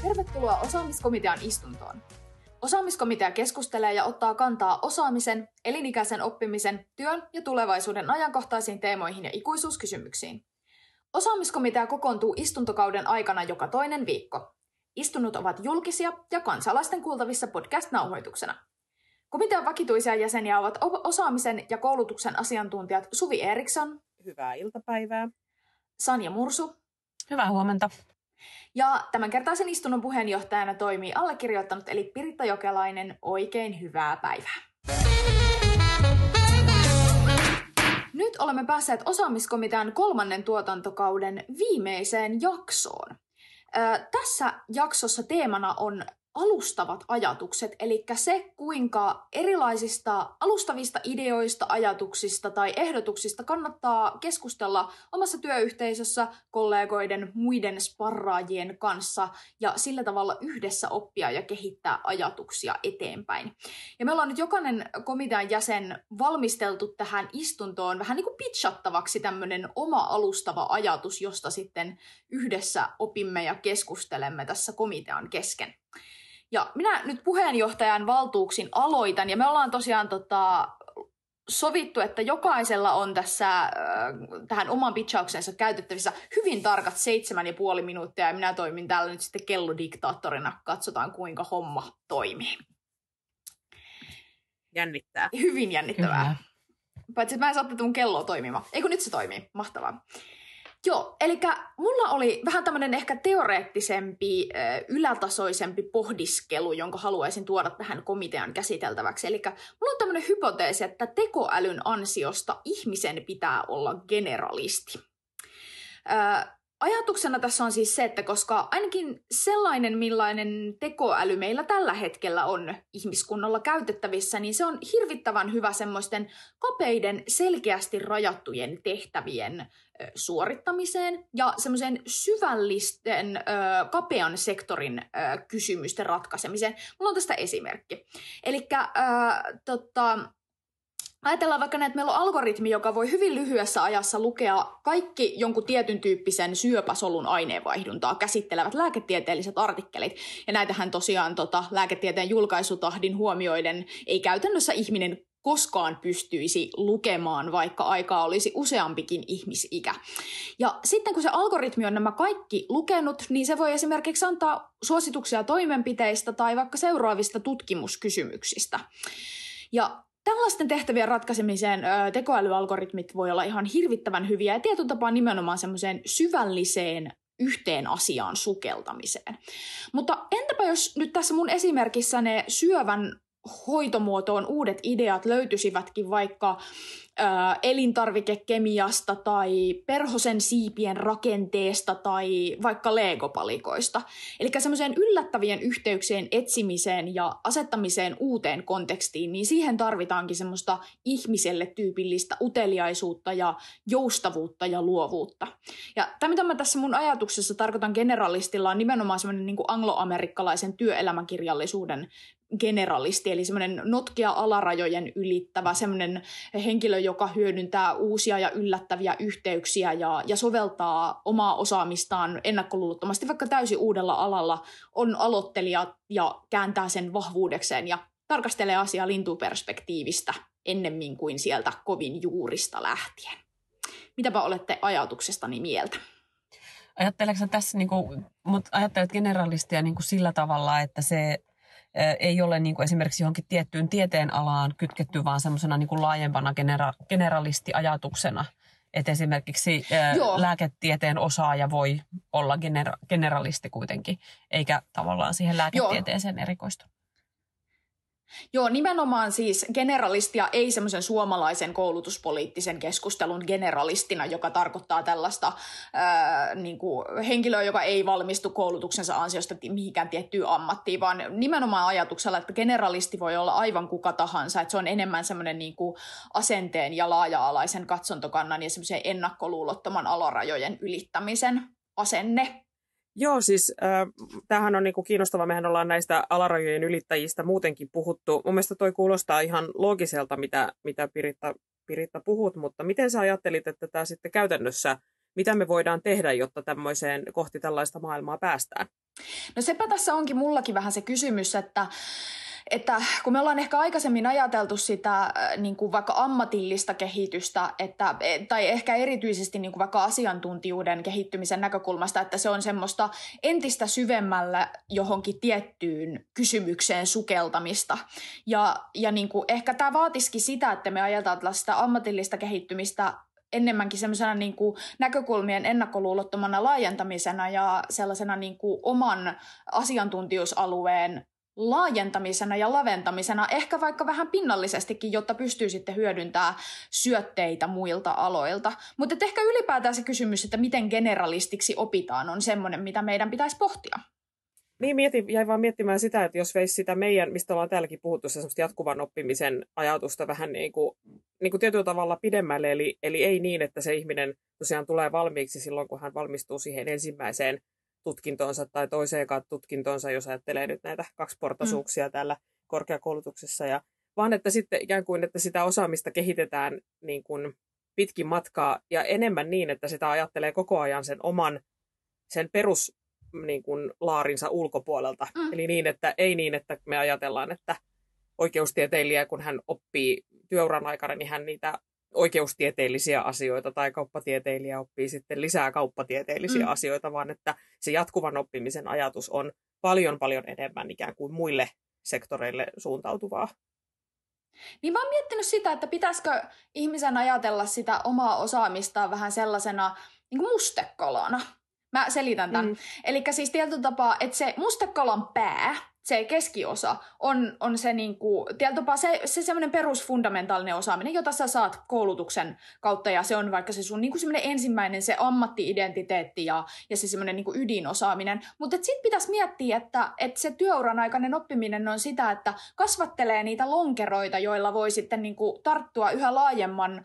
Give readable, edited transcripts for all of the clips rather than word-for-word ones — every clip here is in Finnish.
Tervetuloa Osaamiskomitean istuntoon. Osaamiskomitea keskustelee ja ottaa kantaa osaamisen, elinikäisen oppimisen, työn ja tulevaisuuden ajankohtaisiin teemoihin ja ikuisuuskysymyksiin. Osaamiskomitea kokoontuu istuntokauden aikana joka toinen viikko. Istunnot ovat julkisia ja kansalaisten kuultavissa podcast-nauhoituksena. Komitean vakituisia jäseniä ovat osaamisen ja koulutuksen asiantuntijat Suvi Eriksson. Hyvää iltapäivää. Sanja Mursu. Hyvää huomenta. Ja tämänkertaisen istunnon puheenjohtajana toimii allekirjoittanut eli Piritta Jokelainen. Oikein hyvää päivää. Nyt olemme päässeet Osaamiskomitean 3. tuotantokauden viimeiseen jaksoon. Tässä jaksossa teemana on alustavat ajatukset, eli se, kuinka erilaisista alustavista ideoista, ajatuksista tai ehdotuksista kannattaa keskustella omassa työyhteisössä, kollegoiden, muiden sparraajien kanssa ja sillä tavalla yhdessä oppia ja kehittää ajatuksia eteenpäin. Ja me ollaan nyt jokainen komitean jäsen valmisteltu tähän istuntoon vähän niin kuin pitchattavaksi tämmöinen oma alustava ajatus, josta sitten yhdessä opimme ja keskustelemme tässä komitean kesken. Ja minä nyt puheenjohtajan valtuuksin aloitan, ja me ollaan tosiaan sovittu, että jokaisella on tässä tähän oman pitchauksensa käytettävissä hyvin tarkat 7,5 minuuttia, ja minä toimin täällä nyt sitten kellodiktaattorina. Katsotaan, kuinka homma toimii. Jännittää. Hyvin jännittävää. Kyllä. Paitsi, että mä en saa tätä mun kelloa toimimaan. Eikö nyt se toimii? Mahtavaa. Joo, eli mulla oli vähän tämmöinen ehkä teoreettisempi, ylätasoisempi pohdiskelu, jonka haluaisin tuoda tähän komitean käsiteltäväksi. Eli mulla on tämmöinen hypoteesi, että tekoälyn ansiosta ihmisen pitää olla generalisti. Ajatuksena tässä on siis se, että koska ainakin sellainen, millainen tekoäly meillä tällä hetkellä on ihmiskunnalla käytettävissä, niin se on hirvittävän hyvä semmoisten kapeiden, selkeästi rajattujen tehtävien suorittamiseen ja semmoisen syvällisten, kapean sektorin kysymysten ratkaisemiseen. Mulla on tästä esimerkki. Elikkä ajatellaan vaikka, että meillä on algoritmi, joka voi hyvin lyhyessä ajassa lukea kaikki jonkun tietyn tyyppisen syöpäsolun aineenvaihduntaa käsittelevät lääketieteelliset artikkelit. Ja näitähän tosiaan lääketieteen julkaisutahdin huomioiden ei käytännössä ihminen koskaan pystyisi lukemaan, vaikka aikaa olisi useampikin ihmisikä. Ja sitten kun se algoritmi on nämä kaikki lukenut, niin se voi esimerkiksi antaa suosituksia toimenpiteistä tai vaikka seuraavista tutkimuskysymyksistä. Ja tällaisten tehtävien ratkaisemiseen tekoälyalgoritmit voi olla ihan hirvittävän hyviä ja tietyllä tapaa nimenomaan semmoiseen syvälliseen yhteen asiaan sukeltamiseen. Mutta entäpä jos nyt tässä mun esimerkissä ne syövän hoitomuotoon uudet ideat löytyisivätkin vaikka elintarvikekemiasta tai perhosen siipien rakenteesta tai vaikka Lego-palikoista. Eli semmoiseen yllättävien yhteyksien etsimiseen ja asettamiseen uuteen kontekstiin, niin siihen tarvitaankin semmoista ihmiselle tyypillistä uteliaisuutta ja joustavuutta ja luovuutta. Ja tämä, mitä mä tässä mun ajatuksessa tarkoitan generalistilla, on nimenomaan semmoinen niin kuin angloamerikkalaisen työelämäkirjallisuuden generalisti, eli semmoinen notkea alarajojen ylittävä, semmoinen henkilö, joka hyödyntää uusia ja yllättäviä yhteyksiä ja soveltaa omaa osaamistaan ennakkoluulottomasti vaikka täysin uudella alalla, on aloittelija ja kääntää sen vahvuudekseen ja tarkastelee asiaa lintuperspektiivistä ennemmin kuin sieltä kovin juurista lähtien. Mitäpä olette ajatuksestani mieltä? Ajatteleksä tässä, ajattelet generalistia sillä tavalla, että se ei ole esimerkiksi johonkin tiettyyn tieteenalaan kytketty, vaan semmoisena laajempana generalistiajatuksena. Että esimerkiksi lääketieteen osaaja voi olla generalisti kuitenkin, eikä tavallaan siihen lääketieteeseen erikoistu. Joo, nimenomaan siis generalistia ei semmoisen suomalaisen koulutuspoliittisen keskustelun generalistina, joka tarkoittaa tällaista henkilöä, joka ei valmistu koulutuksensa ansiosta mihinkään tiettyyn ammattiin, vaan nimenomaan ajatuksella, että generalisti voi olla aivan kuka tahansa, että se on enemmän semmoinen asenteen ja laaja-alaisen katsontokannan ja semmoisen ennakkoluulottoman alarajojen ylittämisen asenne. Joo, siis tämähän on kiinnostavaa. Mehän ollaan näistä alarajojen ylittäjistä muutenkin puhuttu. Mun mielestä toi kuulostaa ihan loogiselta, mitä Piritta puhut, mutta miten sä ajattelit, että tämä sitten käytännössä, mitä me voidaan tehdä, jotta kohti tällaista maailmaa päästään? No sepä tässä onkin mullakin vähän se kysymys, että kun me ollaan ehkä aikaisemmin ajateltu sitä niin kuin vaikka ammatillista kehitystä, tai ehkä erityisesti niin kuin vaikka asiantuntijuuden kehittymisen näkökulmasta, että se on semmoista entistä syvemmällä johonkin tiettyyn kysymykseen sukeltamista. Ja niin kuin ehkä tämä vaatisikin sitä, että me ajatellaan sitä ammatillista kehittymistä enemmänkin semmoisena niin kuin näkökulmien ennakkoluulottomana laajentamisena ja sellaisena niin kuin oman asiantuntijuusalueen laajentamisena ja laventamisena, ehkä vaikka vähän pinnallisestikin, jotta pystyy sitten hyödyntämään syötteitä muilta aloilta. Mutta ehkä ylipäätään se kysymys, että miten generalistiksi opitaan, on semmoinen, mitä meidän pitäisi pohtia. Niin, jäin vaan miettimään sitä, että jos veisi sitä meidän, mistä ollaan täälläkin puhuttu, se semmoista jatkuvan oppimisen ajatusta vähän niin kuin tietyllä tavalla pidemmälle, eli ei niin, että se ihminen tosiaan tulee valmiiksi silloin, kun hän valmistuu siihen ensimmäiseen tutkintonsa tai toiseenkaan tutkintonsa, jos ajattelee nyt näitä kaksiportaisuuksia täällä korkeakoulutuksessa, vaan että sitten ikään kuin, että sitä osaamista kehitetään niin kuin pitkin matkaa ja enemmän niin, että sitä ajattelee koko ajan sen perus niin kuin laarinsa ulkopuolelta. Eli niin, että me ajatellaan, että oikeustieteilijä, kun hän oppii työuran aikana, niin hän niitä oikeustieteellisiä asioita tai kauppatieteilijä oppii sitten lisää kauppatieteellisiä asioita, vaan että se jatkuvan oppimisen ajatus on paljon, paljon enemmän ikään kuin muille sektoreille suuntautuvaa. Niin mä oon miettinyt sitä, että pitäisikö ihmisen ajatella sitä omaa osaamistaan vähän sellaisena niin kuin mustekolona. Mä selitän tämän. Elikkä siis tietyllä tapaa, että se mustekolan pää, se keskiosa, on se niinku, tietyllä tapaa se semmoinen perusfundamentaalinen osaaminen, jota sä saat koulutuksen kautta, ja se on vaikka se sun niinku semmoinen ensimmäinen, se ammatti-identiteetti ja se semmoinen niinku ydinosaaminen. Mutta sitten pitäisi miettiä, että se työuran aikainen oppiminen on sitä, että kasvattelee niitä lonkeroita, joilla voi sitten niinku tarttua yhä laajemman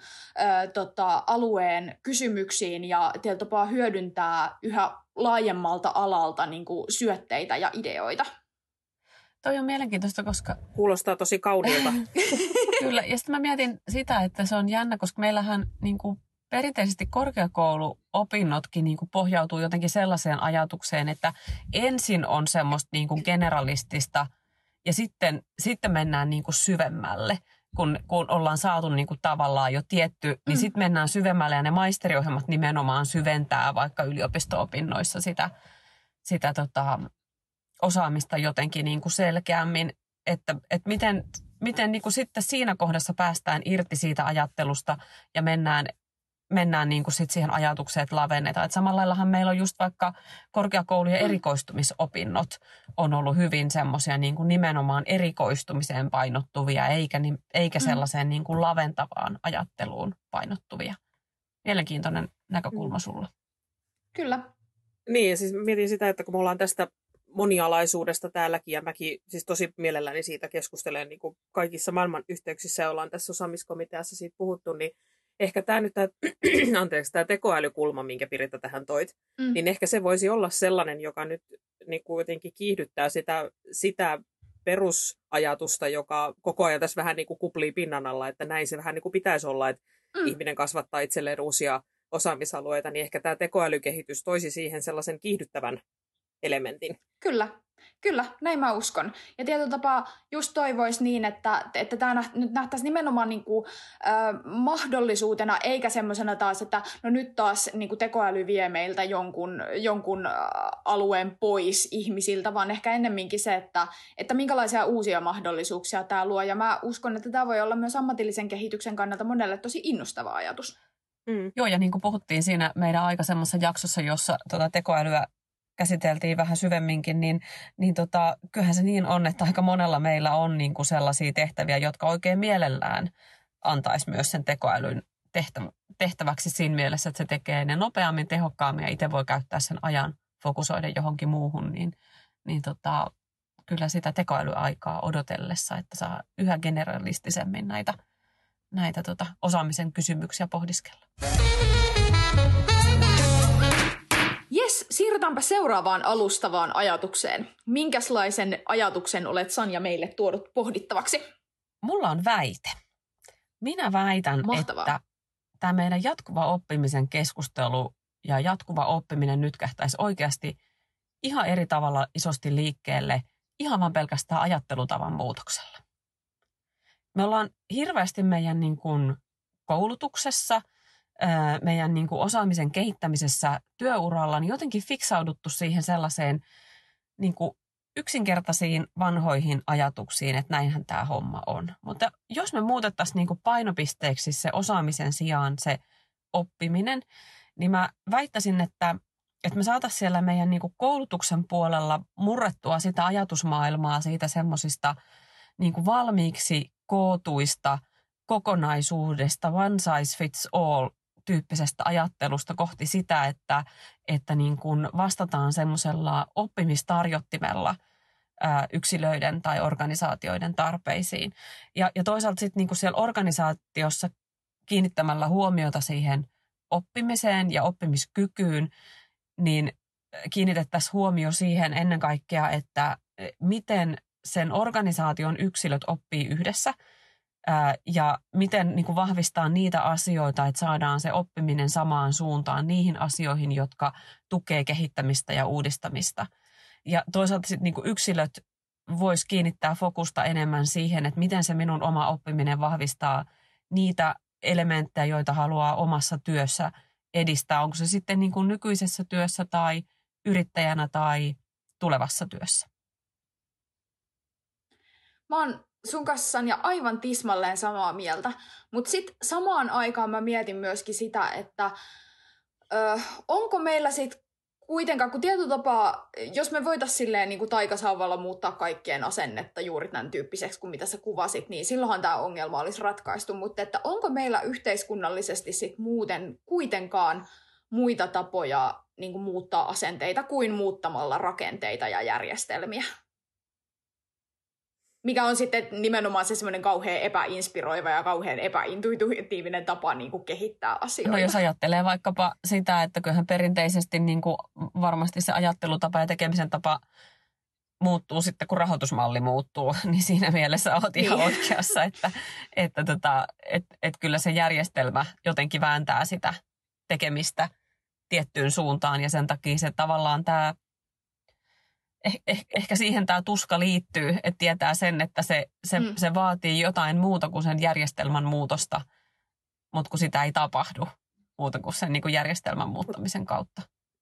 alueen kysymyksiin ja tietyllä tapaa hyödyntää yhä laajemmalta alalta niinku syötteitä ja ideoita. Toi on mielenkiintoista, koska... Kuulostaa tosi kauniilta. Kyllä, ja sitten mä mietin sitä, että se on jännä, koska meillähän niin kuin perinteisesti korkeakouluopinnotkin niin kuin pohjautuu jotenkin sellaiseen ajatukseen, että ensin on semmoista niin kuin generalistista ja sitten mennään niin kuin syvemmälle. Kun ollaan saatu niin kuin tavallaan jo tietty, niin sitten mennään syvemmälle ja ne maisteriohjelmat nimenomaan syventää vaikka yliopisto-opinnoissa sitä osaamista jotenkin niin kuin selkeämmin, että miten niin kuin sitten siinä kohdassa päästään irti siitä ajattelusta ja mennään niin kuin sit siihen ajatukseen, että lavennetaan. Et samalla laillahan meillä on just vaikka korkeakoulujen erikoistumisopinnot on ollut hyvin semmoisia niin kuin nimenomaan erikoistumiseen painottuvia, eikä sellaiseen niin kuin laventavaan ajatteluun painottuvia. Mielenkiintoinen näkökulma sulla. Kyllä. Niin, ja siis mietin sitä, että kun me ollaan tästä monialaisuudesta täälläkin, ja mäkin siis tosi mielelläni siitä keskustelen niin kuin kaikissa maailman yhteyksissä, ja ollaan tässä osaamiskomiteassa siitä puhuttu, niin ehkä tämä tekoälykulma, minkä Piritta tähän toit, niin ehkä se voisi olla sellainen, joka nyt niin kuin jotenkin kiihdyttää sitä perusajatusta, joka koko ajan tässä vähän niin kuin kuplii pinnan alla, että näin se vähän niin kuin pitäisi olla, että ihminen kasvattaa itselleen uusia osaamisalueita, niin ehkä tämä tekoälykehitys toisi siihen sellaisen kiihdyttävän elementin. Kyllä, näin mä uskon. Ja tietyllä tapaa just toivoisi niin, että tämä nyt nähtäisiin nimenomaan niin kuin, mahdollisuutena, eikä semmoisena taas, että no nyt taas niin kuin tekoäly vie meiltä jonkun alueen pois ihmisiltä, vaan ehkä ennemminkin se, että minkälaisia uusia mahdollisuuksia tämä luo. Ja mä uskon, että tämä voi olla myös ammatillisen kehityksen kannalta monelle tosi innostava ajatus. Joo, ja niin kuin puhuttiin siinä meidän aikaisemmassa jaksossa, jossa tekoälyä käsiteltiin vähän syvemminkin, niin kyllähän se niin on, että aika monella meillä on niin kuin sellaisia tehtäviä, jotka oikein mielellään antaisi myös sen tekoälyn tehtäväksi siinä mielessä, että se tekee ne nopeammin, tehokkaammin ja itse voi käyttää sen ajan fokusoida johonkin muuhun, niin kyllä sitä tekoälyaikaa odotellessa, että saa yhä generalistisemmin näitä osaamisen kysymyksiä pohdiskella. Jes, siirrytäänpä seuraavaan alustavaan ajatukseen. Minkälaisen ajatuksen olet, Sanja, meille tuonut pohdittavaksi? Mulla on väite. Minä väitän, Mahtavaa. että tämä meidän jatkuva oppimisen keskustelu ja jatkuva oppiminen nytkähtäisi oikeasti ihan eri tavalla isosti liikkeelle ihan vaan pelkästään ajattelutavan muutoksella. Me ollaan hirveästi meidän niin kuin koulutuksessa, meidän niin kuin osaamisen kehittämisessä työuralla niin jotenkin fiksauduttu siihen sellaiseen niin kuin yksinkertaisiin vanhoihin ajatuksiin, että näinhän tämä homma on. Mutta jos me muutettaisiin niin kuin painopisteeksi se osaamisen sijaan se oppiminen, niin mä väittäisin, että me saataisiin siellä meidän niin kuin koulutuksen puolella murrettua sitä ajatusmaailmaa siitä semmoisista niin kuin valmiiksi kootuista kokonaisuudesta, one size fits all tyyppisestä ajattelusta kohti sitä, että niin kuin vastataan semmoisella oppimistarjottimella yksilöiden tai organisaatioiden tarpeisiin. Ja toisaalta sitten niin kuin siellä organisaatiossa kiinnittämällä huomiota siihen oppimiseen ja oppimiskykyyn, niin kiinnitettäisiin huomio siihen ennen kaikkea, että miten sen organisaation yksilöt oppii yhdessä ja miten niin kuin vahvistaa niitä asioita, että saadaan se oppiminen samaan suuntaan niihin asioihin, jotka tukee kehittämistä ja uudistamista. Ja toisaalta sitten niin kuin yksilöt vois kiinnittää fokusta enemmän siihen, että miten se minun oma oppiminen vahvistaa niitä elementtejä, joita haluaa omassa työssä edistää. Onko se sitten niin kuin nykyisessä työssä tai yrittäjänä tai tulevassa työssä? Mä oon sun kanssani aivan tismalleen samaa mieltä, mutta sitten samaan aikaan mä mietin myöskin sitä, että onko meillä sitten kuitenkaan, kun tietyllä tapaa, jos me voitaisiin silleen niin kuin taikasauvalla muuttaa kaikkien asennetta juuri tämän tyyppiseksi kuin mitä sä kuvasit, niin silloinhan tämä ongelma olisi ratkaistu, mutta että onko meillä yhteiskunnallisesti sitten muuten kuitenkaan muita tapoja niin kuin muuttaa asenteita kuin muuttamalla rakenteita ja järjestelmiä? Mikä on sitten nimenomaan se semmoinen kauhean epäinspiroiva ja kauhean epäintuitiivinen tapa niin kuin kehittää asioita. No jos ajattelee vaikkapa sitä, että kyllähän perinteisesti niin kuin varmasti se ajattelutapa ja tekemisen tapa muuttuu sitten, kun rahoitusmalli muuttuu, niin siinä mielessä olet ihan oikeassa, että kyllä se järjestelmä jotenkin vääntää sitä tekemistä tiettyyn suuntaan ja sen takia se tavallaan tämä ehkä siihen tämä tuska liittyy, että tietää sen, että se vaatii jotain muuta kuin sen järjestelmän muutosta, mutta kun sitä ei tapahdu muuta kuin sen niin kuin järjestelmän muuttamisen kautta.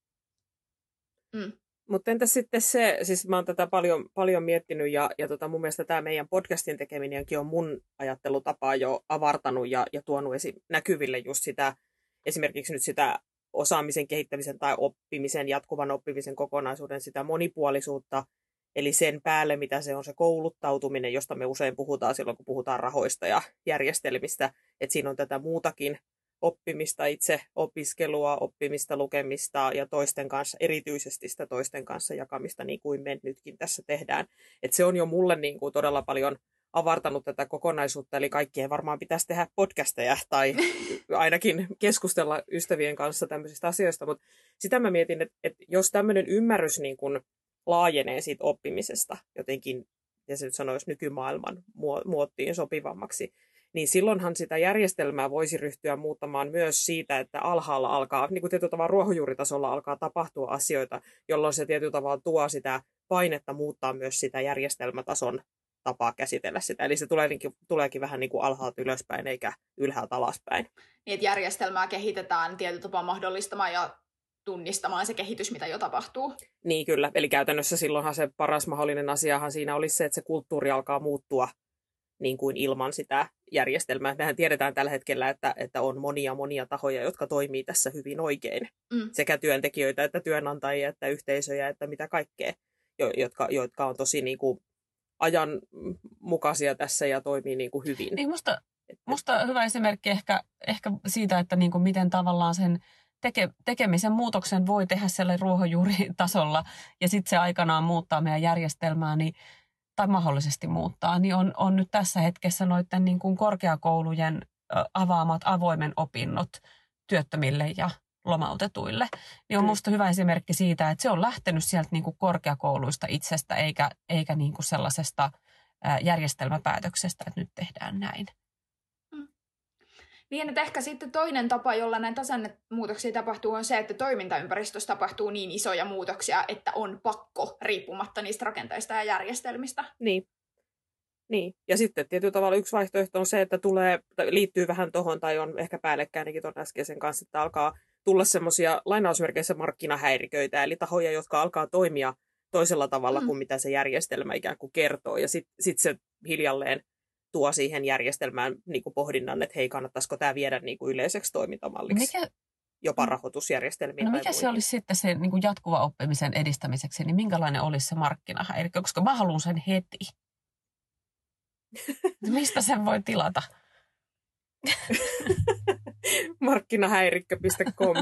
Mutta entäs sitten se, siis mä oon tätä paljon miettinyt ja mun mielestä tämä meidän podcastin tekeminenkin on mun ajattelutapaa jo avartanut ja tuonut näkyville just sitä, esimerkiksi nyt sitä osaamisen kehittämisen tai oppimisen, jatkuvan oppimisen kokonaisuuden sitä monipuolisuutta, eli sen päälle, mitä se on se kouluttautuminen, josta me usein puhutaan silloin, kun puhutaan rahoista ja järjestelmistä, että siinä on tätä muutakin oppimista, itse opiskelua, oppimista, lukemista ja toisten kanssa, erityisesti sitä toisten kanssa jakamista, niin kuin me nytkin tässä tehdään. Että se on jo mulle niin kuin todella paljon avartanut tätä kokonaisuutta, eli kaikkien varmaan pitäisi tehdä podcasteja tai ainakin keskustella ystävien kanssa tämmöisistä asioista, mutta sitä mä mietin, että jos tämmöinen ymmärrys niin kuin laajenee siitä oppimisesta jotenkin, ja se nyt sanoisi nykymaailman muottiin sopivammaksi, niin silloinhan sitä järjestelmää voisi ryhtyä muuttamaan myös siitä, että alhaalla alkaa, niin kuin tietyllä tavalla ruohonjuuritasolla alkaa tapahtua asioita, jolloin se tietyllä tavalla tuo sitä painetta muuttaa myös sitä järjestelmätason tapaa käsitellä sitä. Eli se tuleekin vähän niin kuin alhaalta ylöspäin eikä ylhäältä alaspäin. Niin, että järjestelmää kehitetään tietyllä tapaa mahdollistamaan ja tunnistamaan se kehitys, mitä jo tapahtuu. Niin kyllä, eli käytännössä silloinhan se paras mahdollinen asiahan siinä olisi se, että se kulttuuri alkaa muuttua niin kuin ilman sitä järjestelmää. Mehän tiedetään tällä hetkellä, että on monia tahoja, jotka toimii tässä hyvin oikein. Sekä työntekijöitä, että työnantajia, että yhteisöjä, että mitä kaikkea, jotka on tosi niin kuin ajanmukaisia tässä ja toimii niin kuin hyvin. Niin musta hyvä esimerkki ehkä siitä, että niin kuin miten tavallaan sen tekemisen muutoksen voi tehdä siellä ruohonjuuritasolla ja sitten se aikanaan muuttaa meidän järjestelmää, tai mahdollisesti muuttaa, niin on nyt tässä hetkessä noiden niin kuin korkeakoulujen avaamat avoimen opinnot työttömille ja lomautetuille. Niin on musta hyvä esimerkki siitä, että se on lähtenyt sieltä niin kuin korkeakouluista itsestä, eikä niin kuin sellaisesta järjestelmäpäätöksestä, että nyt tehdään näin. Niin, että ehkä sitten toinen tapa, jolla näin tasannemuutoksia tapahtuu, on se, että toimintaympäristössä tapahtuu niin isoja muutoksia, että on pakko riippumatta niistä rakenteista ja järjestelmistä. Niin. Ja sitten tietyllä tavalla yksi vaihtoehto on se, että liittyy vähän tuohon tai on ehkä päällekkäinenkin tuon äskeisen kanssa, että alkaa tulla semmoisia lainausmerkeissä markkinahäiriköitä, eli tahoja, jotka alkaa toimia toisella tavalla kuin mitä se järjestelmä ikään kuin kertoo. Ja sitten se hiljalleen tuo siihen järjestelmään niin kuin pohdinnan, että hei, kannattaisiko tämä viedä niin kuin yleiseksi toimintamalliksi, jopa rahoitusjärjestelmiin. No mikä se olisi sitten se niin kuin jatkuva oppimisen edistämiseksi, niin minkälainen olisi se markkinahäirikkö? Koska mä haluan sen heti. Mistä sen voi tilata? Markkinahäirikkö.com.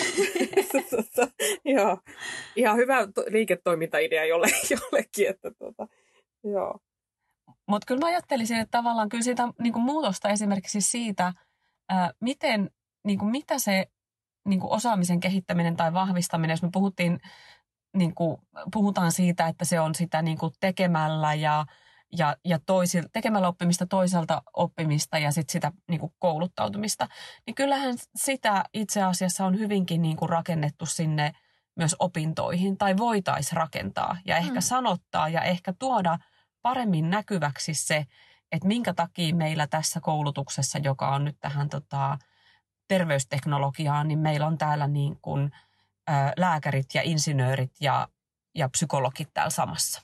Joo. Ihan hyvä liiketoimintaidea jollekin. Että joo. Mutta kyllä mä ajattelisin, että tavallaan kyllä siitä niin kuin muutosta esimerkiksi siitä, miten, niin kuin, mitä se niin kuin osaamisen kehittäminen tai vahvistaminen, jos me puhutaan siitä, että se on sitä niin kuin tekemällä ja tekemällä oppimista, toiselta oppimista ja sitten sitä niin kuin kouluttautumista, niin kyllähän sitä itse asiassa on hyvinkin niin kuin rakennettu sinne myös opintoihin tai voitaisiin rakentaa ja ehkä sanottaa ja ehkä tuoda paremmin näkyväksi se, että minkä takia meillä tässä koulutuksessa, joka on nyt tähän terveysteknologiaan, niin meillä on täällä niin kuin, lääkärit ja insinöörit ja psykologit täällä samassa.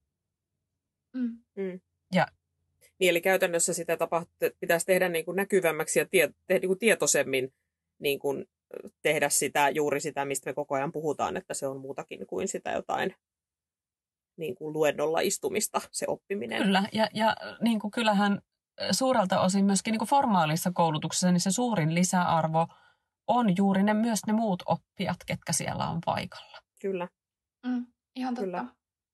Ja, niin, eli käytännössä sitä pitäisi tehdä niin kuin näkyvämmäksi ja niin kuin tietoisemmin niin kuin tehdä juuri sitä, mistä me koko ajan puhutaan, että se on muutakin kuin sitä jotain niin kuin luennolla istumista, se oppiminen. Kyllä, ja niin kuin kyllähän suurelta osin myöskin niin kuin formaalissa koulutuksessa niin se suurin lisäarvo on juuri myös ne muut oppijat, ketkä siellä on paikalla. Kyllä. Ihan totta. Kyllä.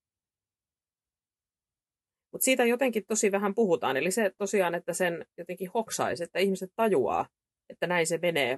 Mutta siitä jotenkin tosi vähän puhutaan, eli se tosiaan, että sen jotenkin hoksaisi, että ihmiset tajuaa, että näin se menee,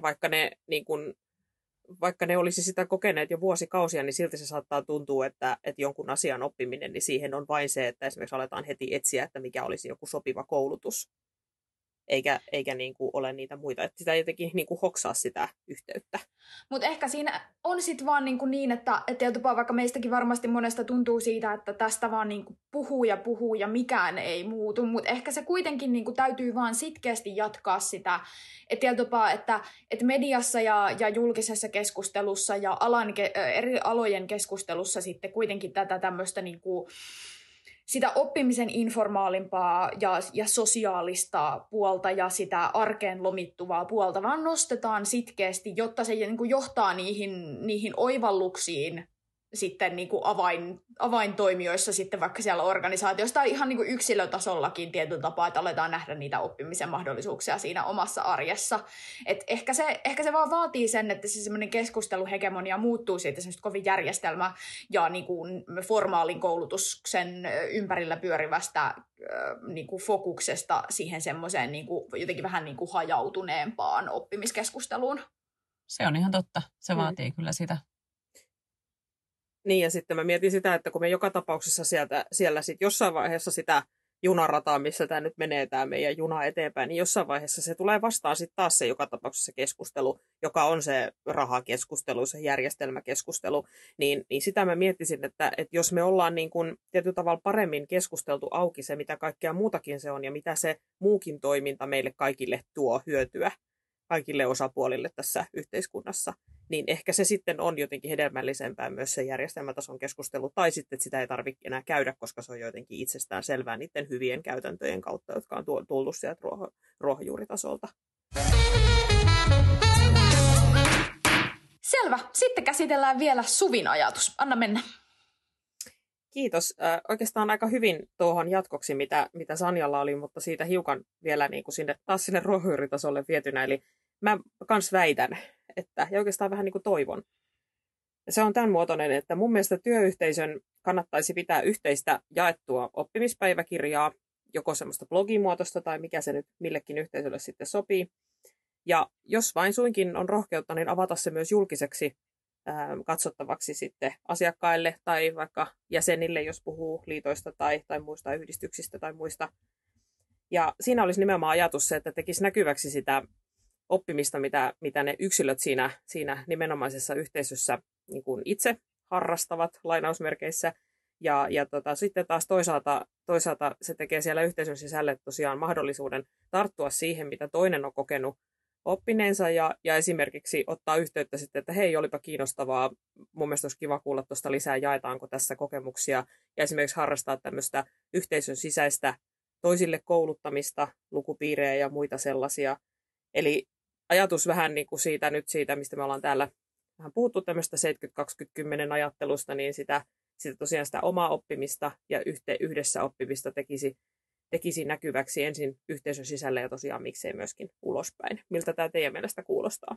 vaikka ne olisi sitä kokeneet jo vuosikausia, niin silti se saattaa tuntua, että jonkun asian oppiminen, niin siihen on vain se, että esimerkiksi aletaan heti etsiä, että mikä olisi joku sopiva koulutus, eikä niin kuin ole niitä muita, että sitä jotenkin niin kuin hoksaa sitä yhteyttä. Mutta ehkä siinä on sitten vaan niin, että jopa vaikka meistäkin varmasti monesta tuntuu siitä, että tästä vaan niin kuin puhuu ja mikään ei muutu, mutta ehkä se kuitenkin niin kuin täytyy vaan sitkeästi jatkaa sitä, että mediassa ja julkisessa keskustelussa ja eri alojen keskustelussa sitten kuitenkin tätä tämmöistä niin kuin sitä oppimisen informaalimpaa ja sosiaalista puolta ja sitä arkeen lomittuvaa puolta, vaan nostetaan sitkeästi, jotta se niin kuin johtaa niihin oivalluksiin sitten niin kuin avaintoimijoissa sitten vaikka siellä organisaatiossa tai ihan niin kuin yksilötasollakin tietyllä tapaa, että aletaan nähdä niitä oppimisen mahdollisuuksia siinä omassa arjessa. Et ehkä se vaan vaatii sen, että se semmoinen keskusteluhegemonia muuttuu siitä semmoista kovin järjestelmä ja niin kuin formaalin koulutuksen ympärillä pyörivästä niin kuin fokuksesta siihen semmoiseen niin kuin jotenkin vähän niin kuin hajautuneempaan oppimiskeskusteluun. Se on ihan totta. Se vaatii kyllä sitä. Niin, ja sitten mä mietin sitä, että kun me joka tapauksessa siellä sitten jossain vaiheessa sitä junarataa, missä tämä nyt menee tämä meidän juna eteenpäin, niin jossain vaiheessa se tulee vastaan sitten taas se joka tapauksessa keskustelu, joka on se rahakeskustelu, se järjestelmäkeskustelu, niin sitä mä miettisin, että jos me ollaan niin kuin tietyllä tavalla paremmin keskusteltu auki se, mitä kaikkea muutakin se on ja mitä se muukin toiminta meille kaikille tuo hyötyä, kaikille osapuolille tässä yhteiskunnassa, niin ehkä se sitten on jotenkin hedelmällisempää myös se järjestelmätason keskustelu, tai sitten että sitä ei tarvitse enää käydä, koska se on jotenkin itsestään selvää niiden hyvien käytäntöjen kautta, jotka on tullut sieltä ruohonjuuritasolta. Selvä. Sitten käsitellään vielä Suvin ajatus. Anna mennä. Kiitos. Oikeastaan aika hyvin tuohon jatkoksi, mitä Sanjalla oli, mutta siitä hiukan vielä niin kuin sinne ruohonjuuritasolle vietynä. Eli mä kans väitän, ja oikeastaan vähän niin kuin toivon. Ja se on tämän muotoinen, että mun mielestä työyhteisön kannattaisi pitää yhteistä jaettua oppimispäiväkirjaa, joko semmoista blogimuotoista tai mikä se nyt millekin yhteisölle sitten sopii. Ja jos vain suinkin on rohkeutta, niin avata se myös julkiseksi katsottavaksi sitten asiakkaille tai vaikka jäsenille, jos puhuu liitoista tai muista yhdistyksistä tai muista. Ja siinä olisi nimenomaan ajatus se, että tekisi näkyväksi sitä oppimista, mitä ne yksilöt siinä nimenomaisessa yhteisössä niin kuin itse harrastavat lainausmerkeissä. Ja sitten taas toisaalta se tekee siellä yhteisön sisälle tosiaan mahdollisuuden tarttua siihen, mitä toinen on kokenut oppineensa ja esimerkiksi ottaa yhteyttä sitten, että hei, olipa kiinnostavaa, mun mielestä olisi kiva kuulla tuosta lisää, jaetaanko tässä kokemuksia ja esimerkiksi harrastaa tämmöistä yhteisön sisäistä toisille kouluttamista, lukupiirejä ja muita sellaisia. Eli ajatus vähän niin kuin siitä, mistä me ollaan täällä vähän puhuttu tämmöistä 70-20-10 ajattelusta, niin sitä tosiaan sitä omaa oppimista ja yhdessä oppimista tekisi näkyväksi ensin yhteisön sisällä ja tosiaan miksei myöskin ulospäin. Miltä tämä teidän mielestä kuulostaa?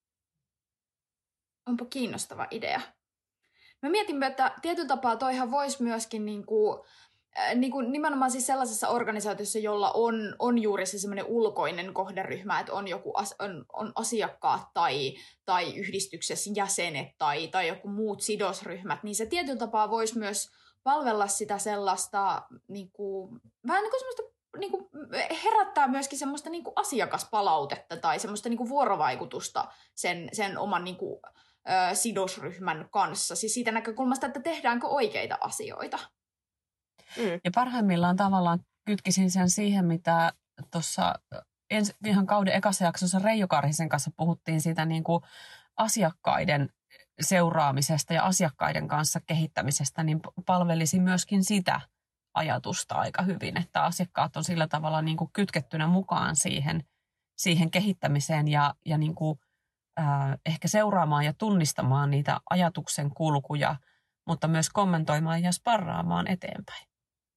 Onpa kiinnostava idea. Mä mietin, että tietyllä tapaa toihan voisi myöskin nimenomaan siis sellaisessa organisaatiossa, jolla on juuri se semmoinen ulkoinen kohderyhmä, että on joku on asiakkaat tai yhdistyksessä jäsenet tai joku muut sidosryhmät, niin se tietyllä tapaa voisi myös palvella sitä sellaista vähän niin kuin semmoista herättää myöskin semmoista asiakaspalautetta tai semmoista vuorovaikutusta sen oman sidosryhmän kanssa. Siis siitä näkökulmasta, että tehdäänkö oikeita asioita. Ja parhaimmillaan tavallaan kytkisin sen siihen, mitä tuossa ihan kauden ekassa jaksossa Reijo Karhisen kanssa puhuttiin siitä asiakkaiden seuraamisesta ja asiakkaiden kanssa kehittämisestä, niin palvelisi myöskin sitä ajatusta aika hyvin, että asiakkaat on sillä tavalla kytkettynä mukaan siihen kehittämiseen ja ehkä seuraamaan ja tunnistamaan niitä ajatuksen kulkuja, mutta myös kommentoimaan ja sparraamaan eteenpäin.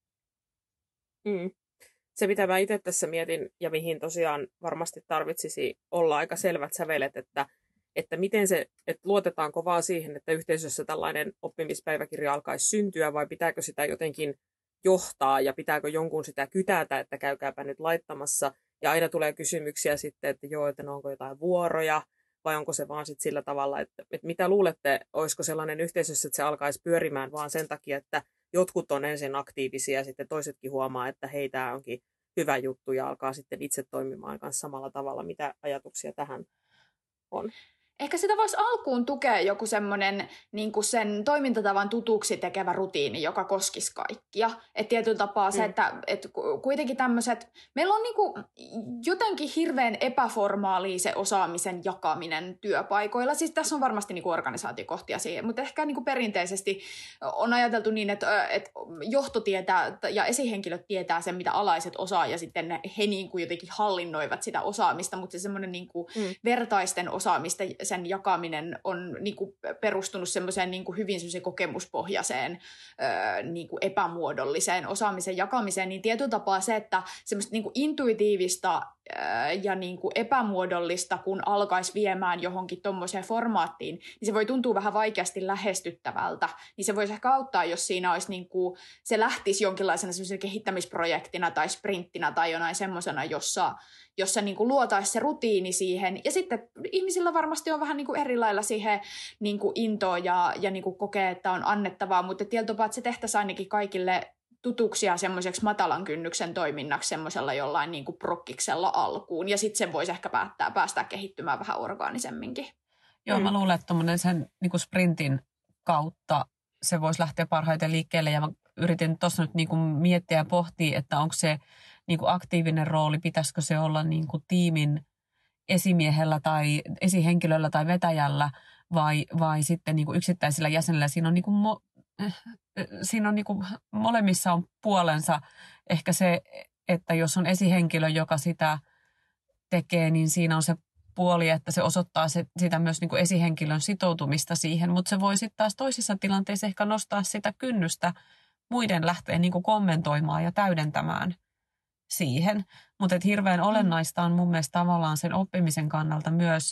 Se, mitä mä itse tässä mietin ja mihin tosiaan varmasti tarvitsisi olla aika selvät sävelet, että miten että luotetaanko vaan siihen, että yhteisössä tällainen oppimispäiväkirja alkaisi syntyä vai pitääkö sitä jotenkin johtaa ja pitääkö jonkun sitä kytätä, että käykääpä nyt laittamassa. Ja aina tulee kysymyksiä sitten, että onko jotain vuoroja vai onko se vaan sitten sillä tavalla, että mitä luulette, olisiko sellainen yhteisössä, että se alkaisi pyörimään vaan sen takia, että jotkut on ensin aktiivisia ja sitten toisetkin huomaa, että hei, tämä onkin hyvä juttu ja alkaa sitten itse toimimaan kanssa samalla tavalla. Mitä ajatuksia tähän on? Ehkä sitä voisi alkuun tukea joku semmoinen sen toimintatavan tutuksi tekevä rutiini, joka koskisi kaikkia. Että tietyllä tapaa se, että kuitenkin tämmöiset, meillä on jotenkin hirveän epäformaalia se osaamisen jakaminen työpaikoilla. Siis tässä on varmasti organisaatiokohtia siihen, mutta ehkä perinteisesti on ajateltu niin, että johto tietää ja esihenkilöt tietää sen, mitä alaiset osaa ja sitten he jotenkin hallinnoivat sitä osaamista, mutta se semmoinen vertaisten osaamista sen jakaminen on perustunut semmoiseen hyvin kokemuspohjaiseen epämuodolliseen osaamisen jakamiseen, niin tietyllä tapaa se, että semmoista intuitiivista ja epämuodollista, kun alkaisi viemään johonkin tommoseen formaattiin, niin se voi tuntua vähän vaikeasti lähestyttävältä. Niin se voisi ehkä auttaa, jos siinä olisi se lähtisi jonkinlaisena semmoisena kehittämisprojektina tai sprinttinä tai jonain semmoisena, jossa luotaisi se rutiini siihen. Ja sitten ihmisillä varmasti on vähän eri lailla siihen intoa ja kokee, että on annettavaa, mutta tietyllä tapaa, että se tehtäisiin ainakin kaikille tutuksia semmoiseksi matalan kynnyksen toiminnaksi semmoisella jollain prokkiksella alkuun. Ja sitten sen voisi ehkä päästää kehittymään vähän orgaanisemminkin. Joo, mä luulen, että sen sprintin kautta se voisi lähteä parhaiten liikkeelle. Ja mä yritin tuossa nyt miettiä ja pohtia, että onko se aktiivinen rooli, pitäisikö se olla tiimin esimiehellä tai esihenkilöllä tai vetäjällä vai sitten yksittäisillä jäsenillä. Siinä on molemmissa on puolensa. Ehkä se, että jos on esihenkilö, joka sitä tekee, niin siinä on se puoli, että se osoittaa sitä myös esihenkilön sitoutumista siihen, mutta se voi sitten taas toisissa tilanteissa ehkä nostaa sitä kynnystä muiden lähteä kommentoimaan ja täydentämään siihen. Mutta hirveän olennaista on mun mielestä tavallaan sen oppimisen kannalta myös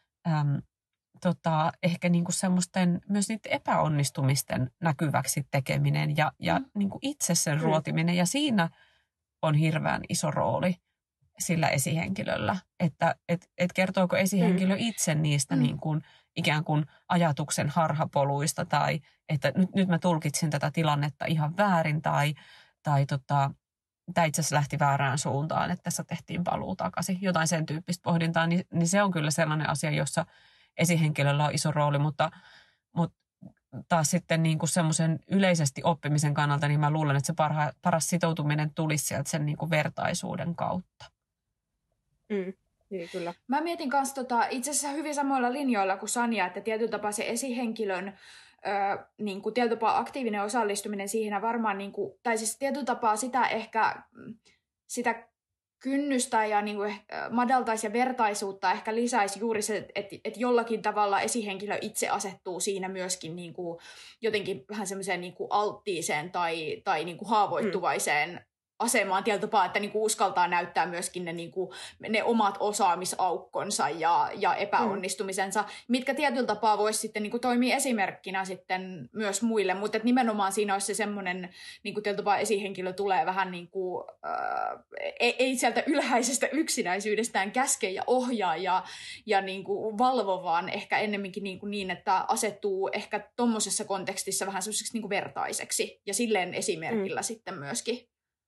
ehkä semmoisten myös niiden epäonnistumisten näkyväksi tekeminen ja itse sen ruotiminen. Ja siinä on hirveän iso rooli sillä esihenkilöllä, että kertooko esihenkilö itse niistä ikään kuin ajatuksen harhapoluista tai että nyt mä tulkitsin tätä tilannetta ihan väärin tai tämä itse asiassa lähti väärään suuntaan, että tässä tehtiin paluu takaisin. Jotain sen tyyppistä pohdintaa, niin se on kyllä sellainen asia, jossa esihenkilöllä on iso rooli, mutta taas sitten niin kuin semmoisen yleisesti oppimisen kannalta, niin mä luulen, että se paras sitoutuminen tulisi sieltä sen niin kuin vertaisuuden kautta. Niin, kyllä. Mä mietin kanssa itse asiassa hyvin samoilla linjoilla kuin Sanja, että tietyllä tapaa se esihenkilön niin kuin tietyllä tapaa aktiivinen osallistuminen siihen varmaan, niin kuin, tai siis tietyllä tapaa sitä ehkä sitä kynnystä ja niin kuin, madaltaisi ja vertaisuutta ehkä lisäisi juuri se, että jollakin tavalla esihenkilö itse asettuu siinä myöskin niin kuin, jotenkin vähän semmoiseen niin kuin alttiiseen tai niin kuin haavoittuvaiseen asemaan tietyllä tapaa, että niinku uskaltaa näyttää myöskin ne omat osaamisaukkonsa ja epäonnistumisensa, mitkä tietyllä tapaa voisi sitten niinku toimia esimerkkinä sitten myös muille, mutta nimenomaan siinä olisi se semmoinen, niinku tietyllä tapaa esihenkilö tulee vähän niinku, ei sieltä ylhäisestä yksinäisyydestään käske ja ohjaa ja niinku valvo, vaan ehkä ennemminkin niinku niin, että asettuu ehkä tommosessa kontekstissa vähän semmoiseksi niinku vertaiseksi ja silleen esimerkillä sitten myöskin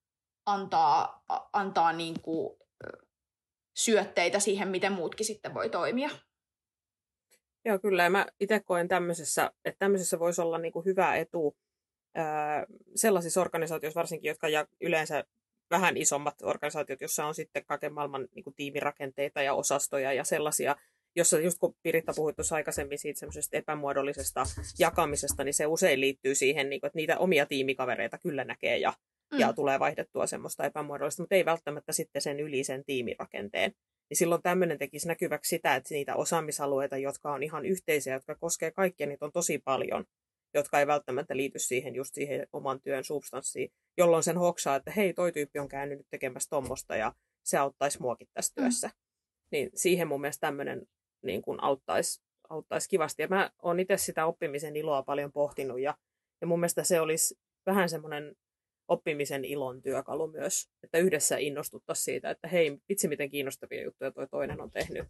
antaa niin kuin syötteitä siihen, miten muutkin sitten voi toimia. Joo, kyllä. Ja mä itse koen että tämmöisessä voisi olla niin kuin hyvä etu sellaisissa organisaatioissa varsinkin, jotka yleensä vähän isommat organisaatiot, jossa on sitten kaiken maailman niin kuin tiimirakenteita ja osastoja ja sellaisia, jossa just kun Piritta puhui tuossa aikaisemmin siitä semmoisesta epämuodollisesta jakamisesta, niin se usein liittyy siihen, niin kuin, että niitä omia tiimikavereita kyllä näkee ja tulee vaihdettua semmoista epämuodollista, mutta ei välttämättä sitten sen yli sen tiimirakenteen. Niin silloin tämmöinen tekisi näkyväksi sitä, että niitä osaamisalueita, jotka on ihan yhteisiä, jotka koskee kaikkia, niitä on tosi paljon, jotka ei välttämättä liity siihen just siihen oman työn substanssiin, jolloin sen hoksaa, että hei, toi tyyppi on käynyt nyt tekemässä tommosta ja se auttaisi muakin tässä työssä. Niin siihen mun mielestä tämmöinen niin kuin auttaisi kivasti. Ja mä oon itse sitä oppimisen iloa paljon pohtinut ja mun mielestä se olisi vähän semmoinen oppimisen ilon työkalu myös, että yhdessä innostuttaisiin siitä, että hei, vitsi miten kiinnostavia juttuja toi toinen on tehnyt.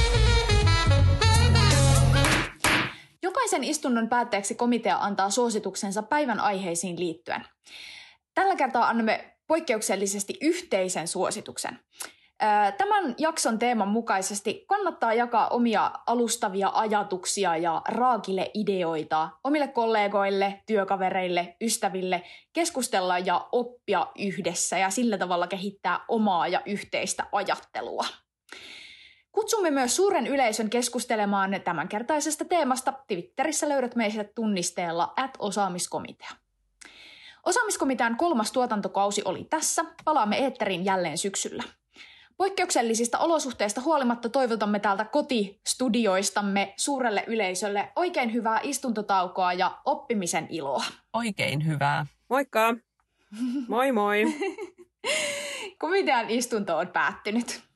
Jokaisen istunnon päätteeksi komitea antaa suosituksensa päivän aiheisiin liittyen. Tällä kertaa annamme poikkeuksellisesti yhteisen suosituksen. Tämän jakson teeman mukaisesti kannattaa jakaa omia alustavia ajatuksia ja raakile ideoita omille kollegoille, työkavereille, ystäville, keskustella ja oppia yhdessä ja sillä tavalla kehittää omaa ja yhteistä ajattelua. Kutsumme myös suuren yleisön keskustelemaan tämänkertaisesta teemasta. Twitterissä löydät meidät tunnisteella @osaamiskomitea. Osaamiskomitean 3. tuotantokausi oli tässä. Palaamme eetteriin jälleen syksyllä. Poikkeuksellisista olosuhteista huolimatta toivotamme täältä kotistudioistamme suurelle yleisölle oikein hyvää istuntotaukoa ja oppimisen iloa. Oikein hyvää. Moikka! Moi moi! Komitean istunto on päättynyt.